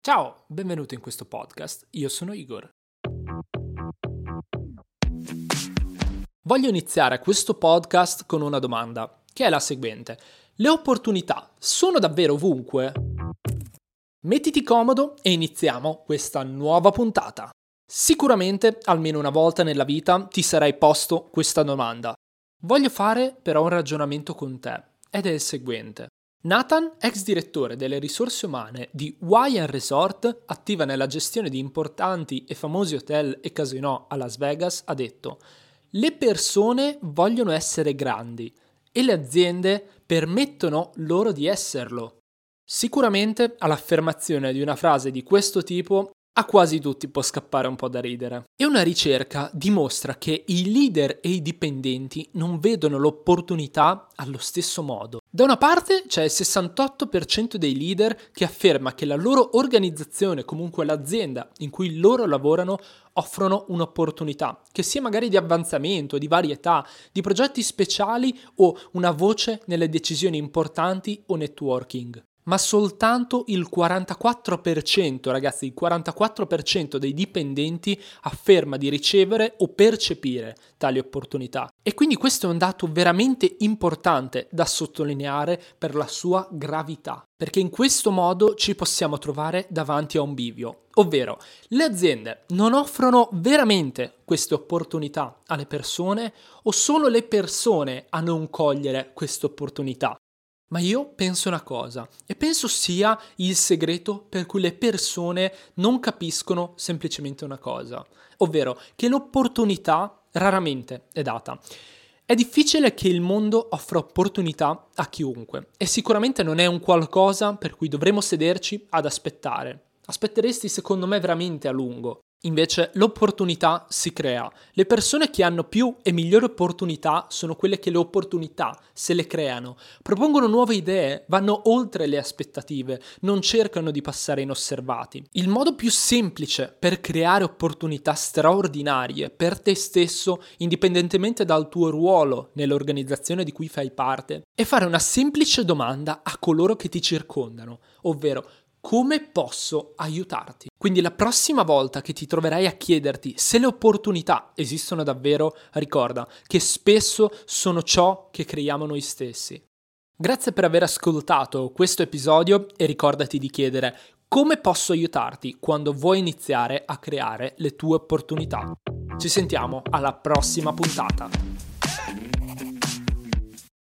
Ciao, benvenuto in questo podcast. Io sono Igor. Voglio iniziare questo podcast con una domanda, che è la seguente. Le opportunità sono davvero ovunque? Mettiti comodo e iniziamo questa nuova puntata. Sicuramente, almeno una volta nella vita, ti sarai posto questa domanda. Voglio fare però un ragionamento con te, ed è il seguente. Nathan, ex direttore delle risorse umane di Hawaiian Resort, attiva nella gestione di importanti e famosi hotel e casinò a Las Vegas, ha detto: le persone vogliono essere grandi e le aziende permettono loro di esserlo. Sicuramente all'affermazione di una frase di questo tipo a quasi tutti può scappare un po' da ridere. E una ricerca dimostra che i leader e i dipendenti non vedono l'opportunità allo stesso modo. Da una parte c'è il 68% dei leader che afferma che la loro organizzazione, comunque l'azienda in cui loro lavorano, offrono un'opportunità, che sia magari di avanzamento, di varietà, di progetti speciali o una voce nelle decisioni importanti o networking. Ma soltanto il 44%, ragazzi, il 44% dei dipendenti afferma di ricevere o percepire tali opportunità. E quindi questo è un dato veramente importante da sottolineare per la sua gravità, perché in questo modo ci possiamo trovare davanti a un bivio, ovvero le aziende non offrono veramente queste opportunità alle persone o solo le persone a non cogliere queste opportunità? Ma io penso una cosa, e penso sia il segreto per cui le persone non capiscono semplicemente una cosa, ovvero che l'opportunità raramente è data. È difficile che il mondo offra opportunità a chiunque e sicuramente non è un qualcosa per cui dovremo sederci ad aspettare. Aspetteresti secondo me veramente a lungo. Invece l'opportunità si crea. Le persone che hanno più e migliori opportunità sono quelle che le opportunità se le creano, propongono nuove idee, vanno oltre le aspettative, non cercano di passare inosservati. Il modo più semplice per creare opportunità straordinarie per te stesso, indipendentemente dal tuo ruolo nell'organizzazione di cui fai parte, è fare una semplice domanda a coloro che ti circondano, ovvero: come posso aiutarti? Quindi la prossima volta che ti troverai a chiederti se le opportunità esistono davvero, ricorda che spesso sono ciò che creiamo noi stessi. Grazie per aver ascoltato questo episodio e ricordati di chiedere: come posso aiutarti quando vuoi iniziare a creare le tue opportunità? Ci sentiamo alla prossima puntata.